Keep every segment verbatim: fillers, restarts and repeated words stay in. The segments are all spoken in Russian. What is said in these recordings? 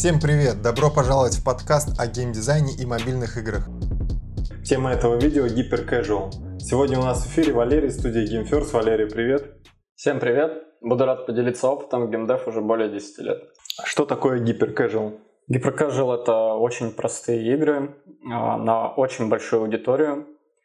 Всем привет! Добро пожаловать в подкаст о геймдизайне и мобильных играх. Тема этого видео — Hyper Casual. Сегодня у нас в эфире Валерий из студии GameFirst. Валерий, привет! Всем привет! Буду рад поделиться опытом, в геймдев уже более десяти лет. Что такое Hyper Casual? Hyper Casual — это очень простые игры на очень большую аудиторию.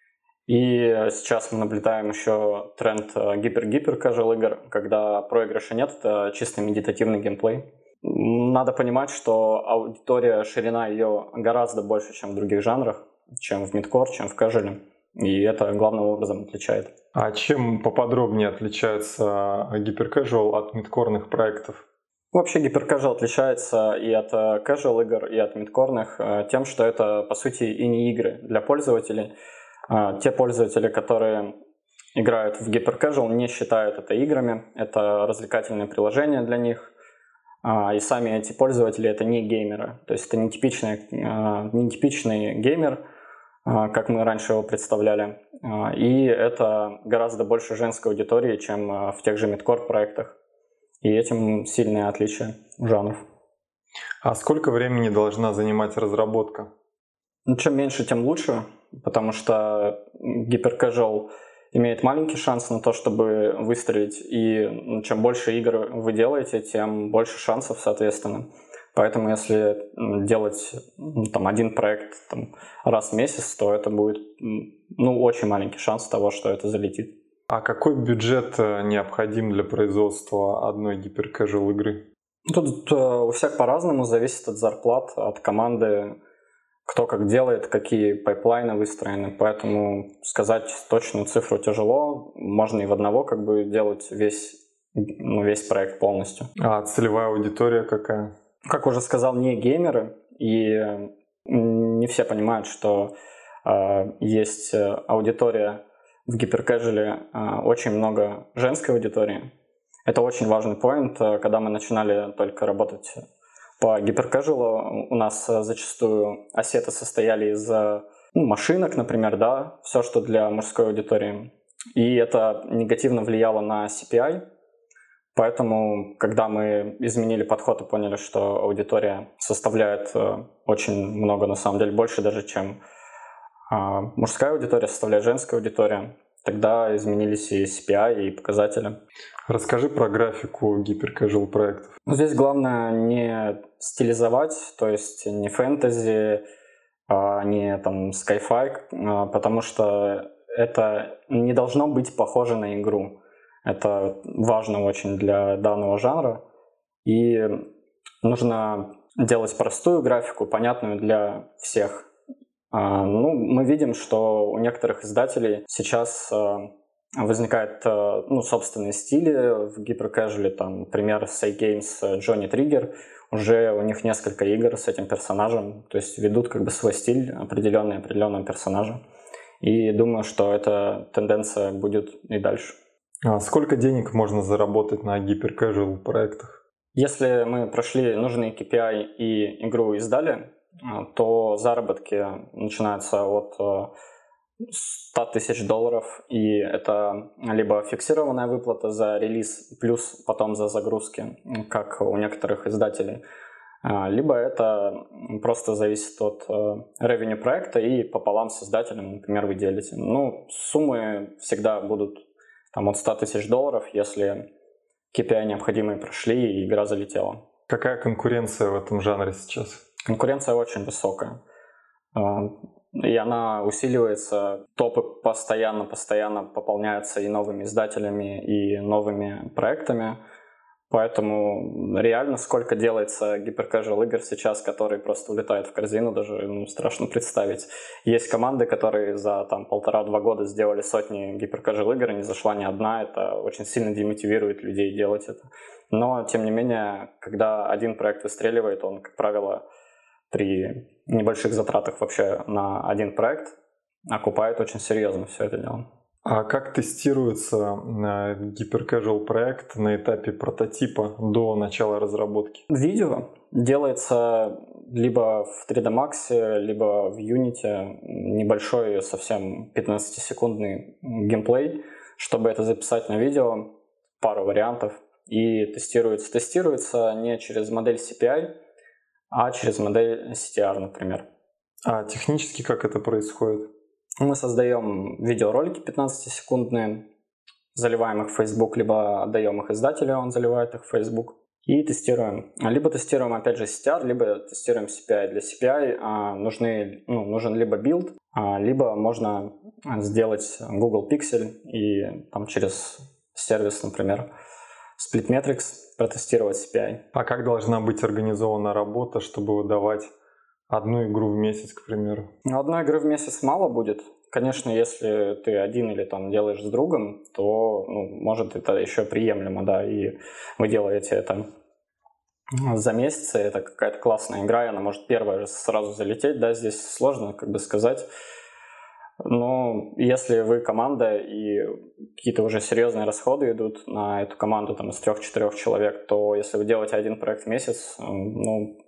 И сейчас мы наблюдаем еще тренд гипер-гипер casual игр, когда проигрыша нет, это чисто медитативный геймплей. Надо понимать, что аудитория, ширина ее гораздо больше, чем в других жанрах, чем в мидкор, чем в casual. И это главным образом отличает. А чем поподробнее отличается Hyper Casual от мидкорных проектов? Вообще Hyper Casual отличается и от casual игр, и от мидкорных тем, что это, по сути, и не игры для пользователей. Те пользователи, которые играют в Hyper Casual, не считают это играми, это развлекательное приложение для них. И сами эти пользователи — это не геймеры, то есть это не типичный, не типичный геймер, как мы раньше его представляли. И это гораздо больше женской аудитории, чем в тех же мидкор проектах. И этим сильное отличие жанров. А сколько времени должна занимать разработка? Ну, чем меньше, тем лучше, потому что Hyper Casual имеет маленький шанс на то, чтобы выстрелить, и чем больше игр вы делаете, тем больше шансов, соответственно. Поэтому если делать там, один проект там, раз в месяц, то это будет ну, очень маленький шанс того, что это залетит. А какой бюджет необходим для производства одной Hyper Casual игры? Тут у всех по-разному, зависит от зарплат, от команды, кто как делает, какие пайплайны выстроены, поэтому сказать точную цифру тяжело. Можно и в одного как бы делать весь, ну, весь проект полностью. А целевая аудитория какая? Как уже сказал, не геймеры, и не все понимают, что э, есть аудитория в Hyper Casual, э, очень много женской аудитории. Это очень важный поинт. Когда мы начинали только работать по Hyper Casual, у нас зачастую ассеты состояли из ну, машинок, например, да, все, что для мужской аудитории. И это негативно влияло на си пи ай. Поэтому, когда мы изменили подход и поняли, что аудитория составляет очень много, на самом деле, больше даже, чем мужская аудитория составляет женская аудитория, тогда изменились и си пи ай, и показатели. Расскажи про графику Hyper Casual проектов. Здесь главное не стилизовать, то есть не фэнтези, не там sci-fi, потому что это не должно быть похоже на игру. Это важно очень для данного жанра. И нужно делать простую графику, понятную для всех. Ну, мы видим, что у некоторых издателей сейчас возникают ну, собственные стили в Hyper Casual. Там, например, Cygames Johnny Trigger. Уже у них несколько игр с этим персонажем. То есть ведут как бы свой стиль определенный определенного персонажа. И думаю, что эта тенденция будет и дальше. А сколько денег можно заработать на Hyper Casual проектах? Если мы прошли нужные кей пи ай и игру издали, то заработки начинаются от сто тысяч долларов, и это либо фиксированная выплата за релиз, плюс потом за загрузки, как у некоторых издателей, либо это просто зависит от revenue проекта и пополам с издателем, например, вы делите. Ну, суммы всегда будут там, от ста тысяч долларов, если кей пи ай необходимые прошли и игра залетела. Какая конкуренция в этом жанре сейчас? Конкуренция очень высокая. И она усиливается. Топы постоянно-постоянно пополняются и новыми издателями, и новыми проектами. Поэтому реально сколько делается Hyper Casual игр сейчас, которые просто улетают в корзину, даже ну, страшно представить. Есть команды, которые за там, полтора-два года сделали сотни Hyper Casual игр, и не зашла ни одна. Это очень сильно демотивирует людей делать это. Но, тем не менее, когда один проект выстреливает, он, как правило, при небольших затратах вообще на один проект окупает очень серьезно все это дело. А как тестируется Hyper Casual проект на этапе прототипа до начала разработки? Видео делается либо в три дэ Max, либо в Unity, небольшой, совсем пятнадцатисекундный геймплей, чтобы это записать на видео, пару вариантов, и тестируется. Тестируется не через модель си пи ай, а через модель си ти ар, например. А технически как это происходит? Мы создаем видеоролики пятнадцатисекундные, заливаем их в Facebook, либо отдаем их издателю, он заливает их в Facebook. И тестируем. Либо тестируем, опять же, си ти ар, либо тестируем си пи ай. Для си пи ай а, нужны, ну, нужен либо билд, а, либо можно сделать Google Pixel и там через сервис, например, Splitmetrics протестировать си пи ай. А как должна быть организована работа, чтобы выдавать одну игру в месяц, к примеру? Одной игры в месяц мало будет. Конечно, если ты один или там делаешь с другом, то, ну, может, это еще приемлемо, да, и вы делаете это за месяц, и это какая-то классная игра, и она может первая же сразу залететь, да, здесь сложно как бы сказать. Но если вы команда и какие-то уже серьезные расходы идут на эту команду там из трех-четырех человек, то если вы делаете один проект в месяц, ну,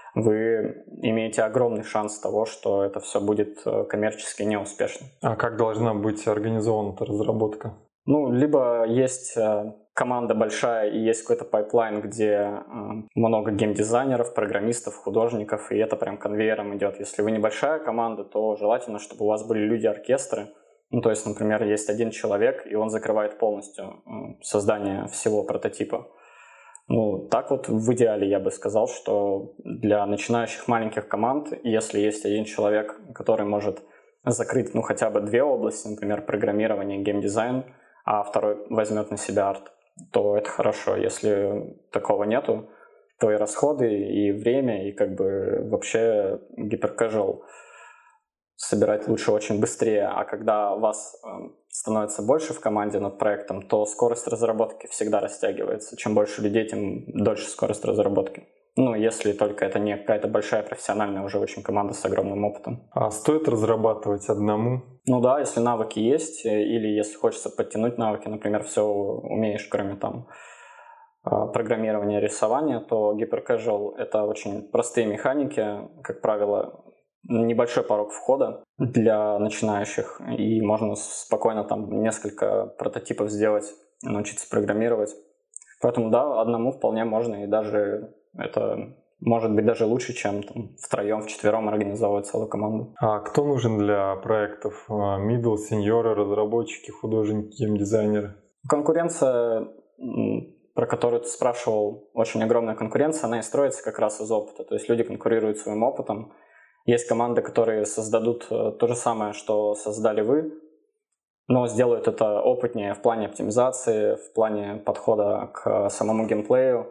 вы имеете огромный шанс того, что это все будет коммерчески неуспешно. А как должна быть организована эта разработка? Ну, либо есть команда большая и есть какой-то пайплайн, где много геймдизайнеров, программистов, художников, и это прям конвейером идет. Если вы небольшая команда, то желательно, чтобы у вас были люди-оркестры. Ну, то есть, например, есть один человек, и он закрывает полностью создание всего прототипа. Ну, так вот в идеале я бы сказал, что для начинающих маленьких команд, если есть один человек, который может закрыть, ну, хотя бы две области, например, программирование, геймдизайн, а второй возьмет на себя арт, то это хорошо. Если такого нету, то и расходы, и время, и как бы вообще гиперкэжуал собирать лучше очень быстрее, а когда вас э, становится больше в команде над проектом, то скорость разработки всегда растягивается. Чем больше людей, тем дольше скорость разработки. Ну, если только это не какая-то большая профессиональная уже очень команда с огромным опытом. А стоит разрабатывать одному? Ну да, если навыки есть, или если хочется подтянуть навыки, например, все умеешь, кроме там программирования, рисования, то гиперкэжуал — это очень простые механики, как правило, небольшой порог входа для начинающих, и можно спокойно там несколько прототипов сделать, научиться программировать. Поэтому да, одному вполне можно, и даже это может быть даже лучше, чем там втроем, вчетвером организовывать целую команду. А кто нужен для проектов? Middle, сеньоры, разработчики, художники, геймдизайнеры? Конкуренция, про которую ты спрашивал, очень огромная конкуренция, она и строится как раз из опыта. То есть люди конкурируют своим опытом. Есть команды, которые создадут то же самое, что создали вы, но сделают это опытнее в плане оптимизации, в плане подхода к самому геймплею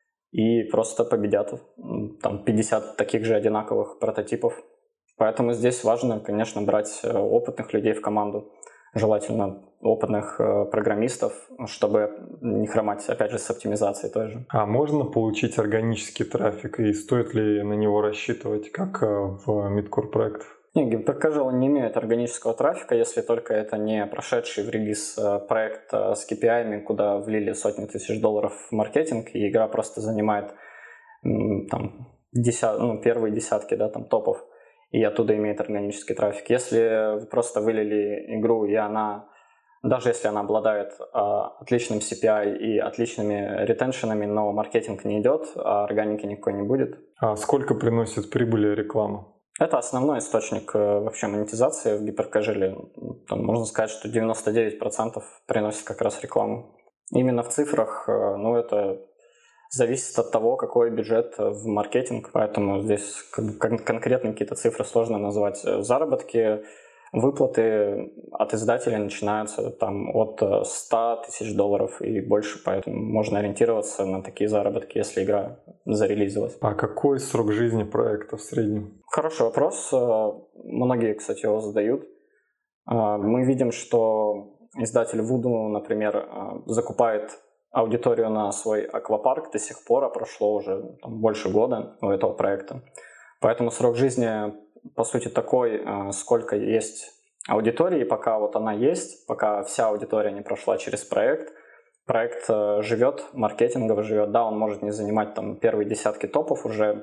и просто победят. Там пятьдесят таких же одинаковых прототипов. Поэтому здесь важно, конечно, брать опытных людей в команду. Желательно опытных программистов, чтобы не хромать, опять же, с оптимизацией той же. А можно получить органический трафик, и стоит ли на него рассчитывать, как в мидкор проектах? Не, гиперкэжуал не имеет органического трафика, если только это не прошедший в релиз проект с кей пи ай, куда влили сотни тысяч долларов в маркетинг, и игра просто занимает там, десят, ну, первые десятки, да, там, топов, и оттуда имеет органический трафик. Если вы просто вылили игру, и она, даже если она обладает а, отличным си пи ай и отличными ретеншенами, но маркетинг не идет, а органики никакой не будет. А сколько приносит прибыли реклама? Это основной источник вообще монетизации в гиперкэжуале. Там можно сказать, что девяносто девять процентов приносит как раз рекламу. Именно в цифрах, ну, это зависит от того, какой бюджет в маркетинг, поэтому здесь конкретно какие-то цифры сложно назвать. Заработки, выплаты от издателей начинаются там от ста тысяч долларов и больше, поэтому можно ориентироваться на такие заработки, если игра зарелизилась. А какой срок жизни проекта в среднем? Хороший вопрос. Многие, кстати, его задают. Мы видим, что издатель Voodoo, например, закупает аудиторию на свой аквапарк до сих пор, а прошло уже там, больше года у этого проекта. Поэтому срок жизни, по сути, такой, сколько есть аудитории, пока вот она есть, пока вся аудитория не прошла через проект. Проект живет, маркетингово живет, да, он может не занимать там первые десятки топов уже,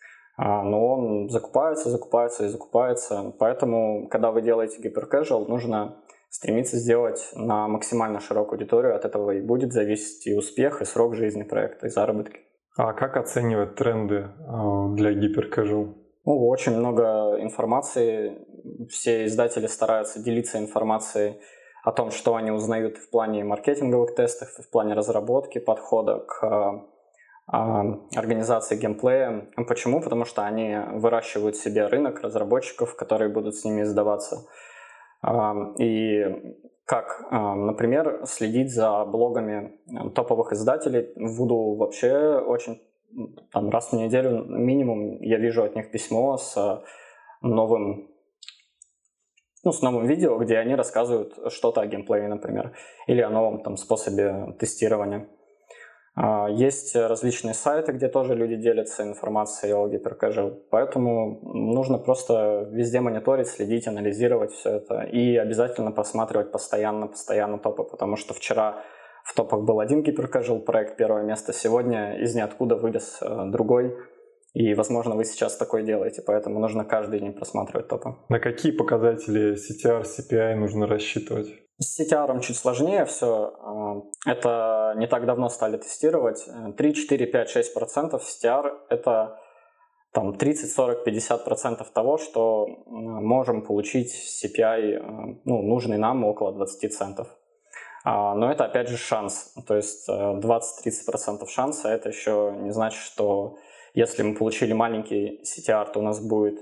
но он закупается, закупается и закупается. Поэтому, когда вы делаете гиперкэжуал, нужно стремиться сделать на максимально широкую аудиторию. От этого и будет зависеть и успех, и срок жизни проекта, и заработки. А как оценивать тренды для гиперкэжуал? Ну, очень много информации. Все издатели стараются делиться информацией о том, что они узнают в плане маркетинговых тестов, в плане разработки, подхода к организации геймплея. Почему? Потому что они выращивают себе рынок разработчиков, которые будут с ними издаваться. И как, например, следить за блогами топовых издателей. В Voodoo вообще очень, там, раз в неделю минимум я вижу от них письмо с новым, ну, с новым видео, где они рассказывают что-то о геймплее, например, или о новом там способе тестирования. Есть различные сайты, где тоже люди делятся информацией о гиперкэжуал, поэтому нужно просто везде мониторить, следить, анализировать все это и обязательно просматривать постоянно, постоянно топы, потому что вчера в топах был один гиперкэжуал проект, первое место, сегодня из ниоткуда вылез другой, и, возможно, вы сейчас такое делаете, поэтому нужно каждый день просматривать топы. На какие показатели си ти ар, си пи ай нужно рассчитывать? С си ти ар чуть сложнее все. Это не так давно стали тестировать. три, четыре, пять, шесть процентов си ти ар – это там, тридцать, сорок, пятьдесят процентов того, что можем получить си пи ай, ну, нужный нам, около двадцать центов. Но это, опять же, шанс. То есть двадцать-тридцать процентов шанса – это еще не значит, что если мы получили маленький си ти ар, то у нас будет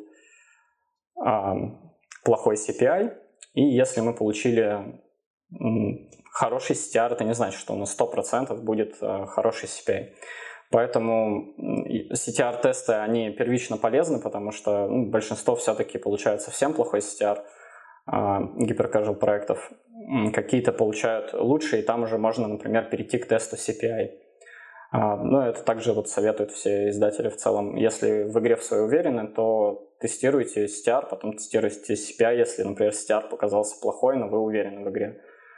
плохой си пи ай. И если мы получили хороший си ти ар, это не значит, что у нас сто процентов будет хороший си пи ай. Поэтому си ти ар-тесты, они первично полезны, потому что ну, большинство все-таки получают совсем плохой си ти ар гиперкэжуал проектов. Какие-то получают лучше, и там уже можно, например, перейти к тесту си пи ай. Но это также вот советуют все издатели в целом. Если в игре в своей уверены, то тестируйте си ти ар, потом тестируйте си пи ай, если, например, си ти ар показался плохой, но вы уверены в игре.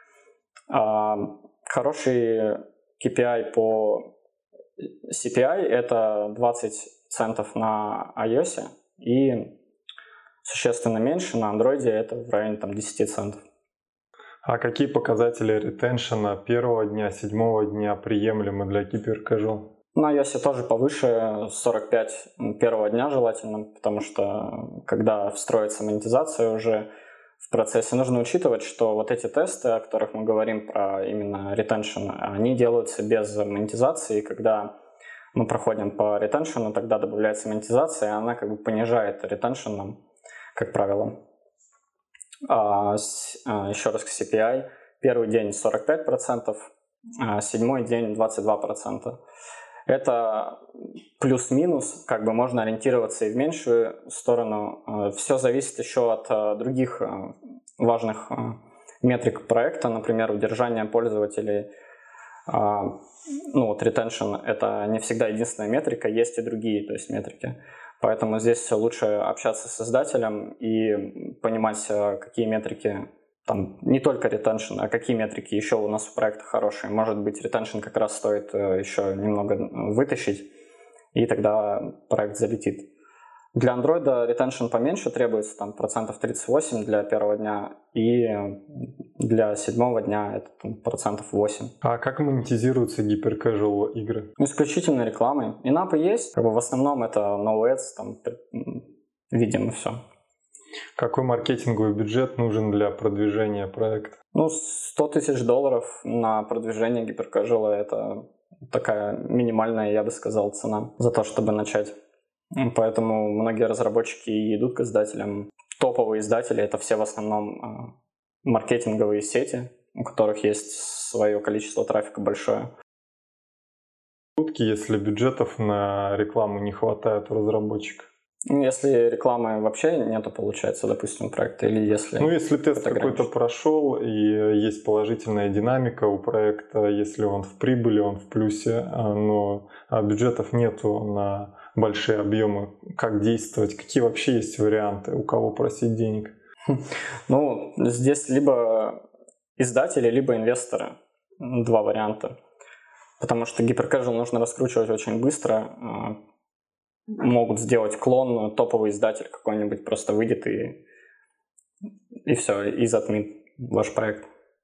Хороший кей пи ай по си пи ай – это двадцать центов на iOS и существенно меньше на Android, это в районе там, десять центов. А какие показатели ретеншена первого дня, седьмого дня приемлемы для гиперкэжуал? На iOS тоже повыше, сорок пять первого дня желательно, потому что когда встроится монетизация уже в процессе, нужно учитывать, что вот эти тесты, о которых мы говорим про именно ретеншн, они делаются без монетизации. Когда мы проходим по ретеншену, тогда добавляется монетизация, и она как бы понижает ретеншн нам, как правило. А, с, а, еще раз к си пи ай. Первый день сорок пять процентов, а седьмой день двадцать два процента. Это плюс-минус, как бы можно ориентироваться и в меньшую сторону. Все зависит еще от других важных метрик проекта, например, удержание пользователей. Ну вот retention – это не всегда единственная метрика, есть и другие, то есть метрики. Поэтому здесь лучше общаться с издателем и понимать, какие метрики, там, не только retention, а какие метрики еще у нас в проекте хорошие. Может быть, retention как раз стоит еще немного вытащить, и тогда проект залетит. Для Android retention поменьше требуется, там, процентов тридцать восемь для первого дня, и для седьмого дня это там, процентов восемь. А как монетизируются гиперкэжуал игры? Исключительно рекламой. Инапы есть, как бы в основном это no ads, там, видимо, все. Какой маркетинговый бюджет нужен для продвижения проекта? Ну, сто тысяч долларов на продвижение гиперкэжуала – это такая минимальная, я бы сказал, цена за то, чтобы начать. Поэтому многие разработчики идут к издателям. Топовые издатели – это все в основном маркетинговые сети, у которых есть свое количество трафика большое. Шутки, если бюджетов на рекламу не хватает у разработчиков? Если рекламы вообще нету, получается, допустим, проекта, или если... Ну, если тест какой-то прошел, и есть положительная динамика у проекта, если он в прибыли, он в плюсе, но бюджетов нету на большие объемы, как действовать, какие вообще есть варианты, у кого просить денег? Ну, здесь либо издатели, либо инвесторы. Два варианта. Потому что гиперкэжуал нужно раскручивать очень быстро. Могут сделать клон, топовый издатель какой-нибудь просто выйдет и, и все, и затмит ваш проект.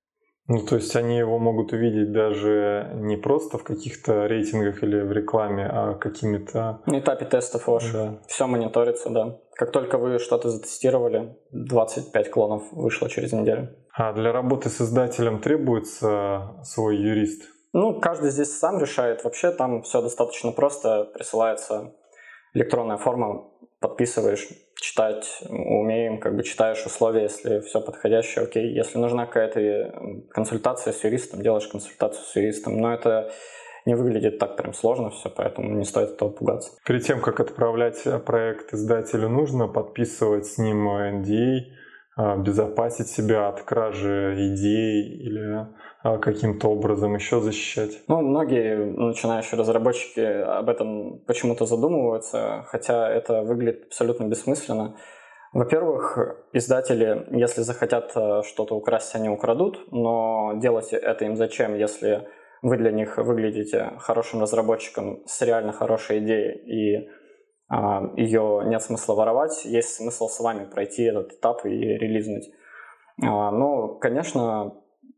Ну, то есть они его могут увидеть даже не просто в каких-то рейтингах или в рекламе, а какими-то... На этапе тестов ваших. Да. Все мониторится, да. Как только вы что-то затестировали, двадцать пять клонов вышло через неделю. А для работы с издателем требуется свой юрист? Ну, каждый здесь сам решает. Вообще там все достаточно просто. Присылается электронная форма, подписываешь, читать умеем, как бы читаешь условия, если все подходящее, окей. Если нужна какая-то консультация с юристом, делаешь консультацию с юристом. Но это не выглядит так прям сложно все, поэтому не стоит этого пугаться. Перед тем, как отправлять проект издателю, нужно подписывать с ним эн ди эй, обезопасить себя от кражи идей или каким-то образом еще защищать? Ну, многие начинающие разработчики об этом почему-то задумываются, хотя это выглядит абсолютно бессмысленно. Во-первых, издатели, если захотят что-то украсть, они украдут, но делать это им зачем, если вы для них выглядите хорошим разработчиком с реально хорошей идеей, и а, ее нет смысла воровать, есть смысл с вами пройти этот этап и релизнуть. А, ну, конечно,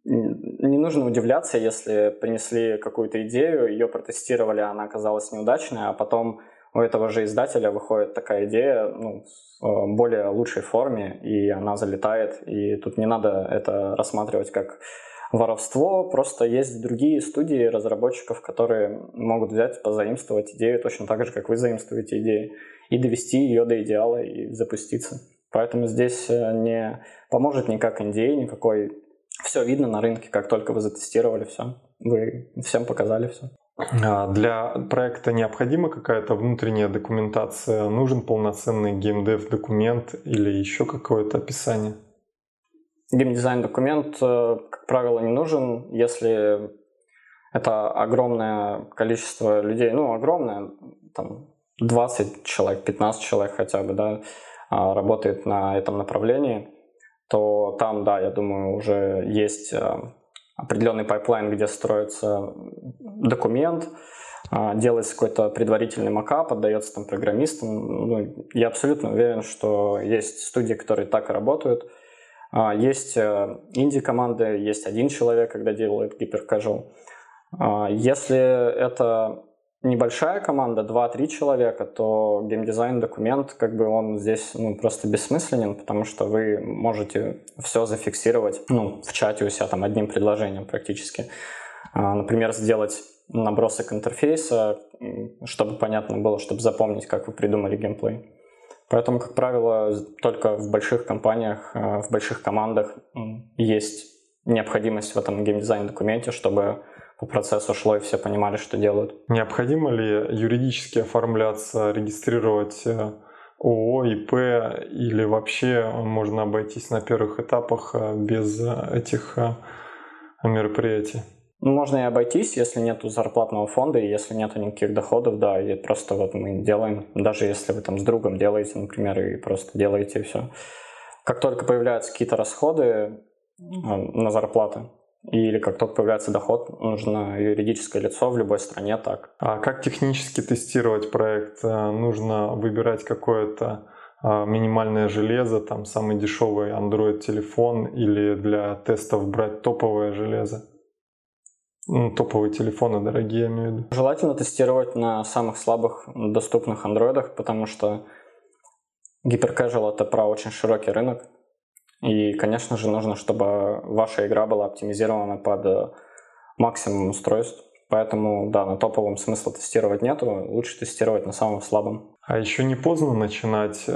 не нужно удивляться, если принесли какую-то идею, ее протестировали, она оказалась неудачной, а потом у этого же издателя выходит такая идея, ну, в более лучшей форме, и она залетает, и тут не надо это рассматривать как воровство, просто есть другие студии разработчиков, которые могут взять, позаимствовать идею точно так же, как вы заимствуете идею, и довести ее до идеала и запуститься. Поэтому здесь не поможет никак эн ди эй, никакой. Все видно на рынке, как только вы затестировали все. Вы всем показали все. Для проекта необходима какая-то внутренняя документация? Нужен полноценный геймдев-документ или еще какое-то описание? Геймдизайн-документ, как правило, не нужен, если это огромное количество людей, ну, огромное, там, двадцать человек, пятнадцать человек хотя бы, да, работает на этом направлении, то там, да, я думаю, уже есть определенный пайплайн, где строится документ, делается какой-то предварительный макап, отдается там программистам. Ну, я абсолютно уверен, что есть студии, которые так и работают. Есть инди-команды, есть один человек, когда делает гиперкэжуал. Если это небольшая команда, два-три человека, то геймдизайн-документ, как бы он здесь ну, просто бессмысленен, потому что вы можете все зафиксировать ну, в чате у себя там одним предложением практически. Например, сделать набросок интерфейса, чтобы понятно было, чтобы запомнить, как вы придумали геймплей. Поэтому, как правило, только в больших компаниях, в больших командах есть необходимость в этом геймдизайн-документе, чтобы по процессу шло и все понимали, что делают. Необходимо ли юридически оформляться, регистрировать ООО, ИП или вообще можно обойтись на первых этапах без этих мероприятий? Можно и обойтись, если нет зарплатного фонда и если нет никаких доходов, да, и просто вот мы делаем, даже если вы там с другом делаете, например, и просто делаете и все. Как только появляются какие-то расходы на зарплаты, или как только появляется доход, нужно юридическое лицо в любой стране так. А как технически тестировать проект? Нужно выбирать какое-то минимальное железо, там самый дешевый Android-телефон, или для тестов брать топовое железо? Ну, топовые телефоны дорогие, я имею в виду. Желательно тестировать на самых слабых доступных андроидах, потому что гиперкэжуал — это про очень широкий рынок. И, конечно же, нужно, чтобы ваша игра была оптимизирована под максимум устройств. Поэтому, да, на топовом смысла тестировать нету, лучше тестировать на самом слабом. А еще не поздно начинать?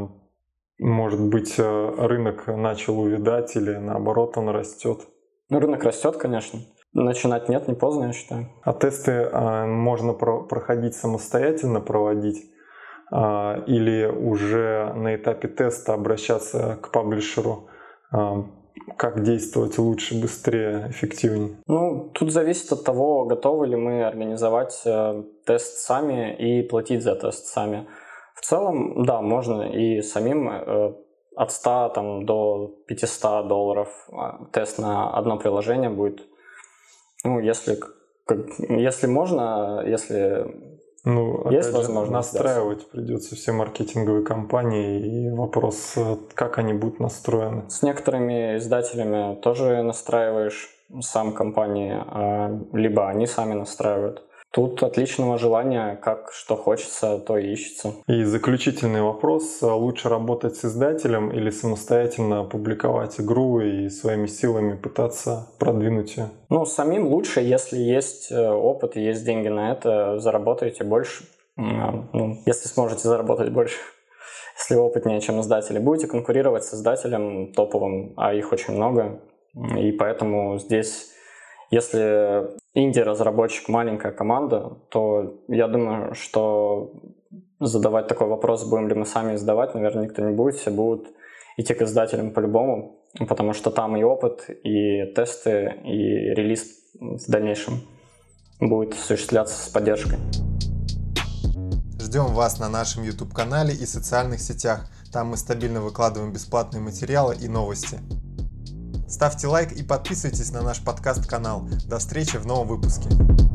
Может быть, рынок начал увядать или наоборот он растет? Ну, рынок растет, конечно. Начинать нет, не поздно, я считаю. А тесты можно проходить самостоятельно, проводить? Или уже на этапе теста обращаться к паблишеру? Как действовать лучше, быстрее, эффективнее? Ну, тут зависит от того, готовы ли мы организовать тест сами и платить за тест сами. В целом, да, можно и самим от ста там, до пятисот долларов тест на одно приложение будет. Ну, если, как, если можно, если ну, есть же, возможность. Настраивать да. придется все маркетинговые компании, и вопрос, как они будут настроены. С некоторыми издателями тоже настраиваешь. сам компании, либо они сами настраивают. Тут от личного желания, как что хочется, то и ищется. И заключительный вопрос. Лучше работать с издателем или самостоятельно публиковать игру и своими силами пытаться продвинуть ее? Ну, самим лучше, если есть опыт и есть деньги на это, заработаете больше. Ну, если сможете заработать больше, если опытнее, чем издатели. Будете конкурировать с издателем топовым, а их очень много. И поэтому здесь... Если инди-разработчик маленькая команда, то я думаю, что задавать такой вопрос, будем ли мы сами издавать, наверное, никто не будет. Все будут идти к издателям по-любому, потому что там и опыт, и тесты, и релиз в дальнейшем будет осуществляться с поддержкой. Ждем вас на нашем YouTube-канале и социальных сетях. Там мы стабильно выкладываем бесплатные материалы и новости. Ставьте лайк и подписывайтесь на наш подкаст-канал. До встречи в новом выпуске.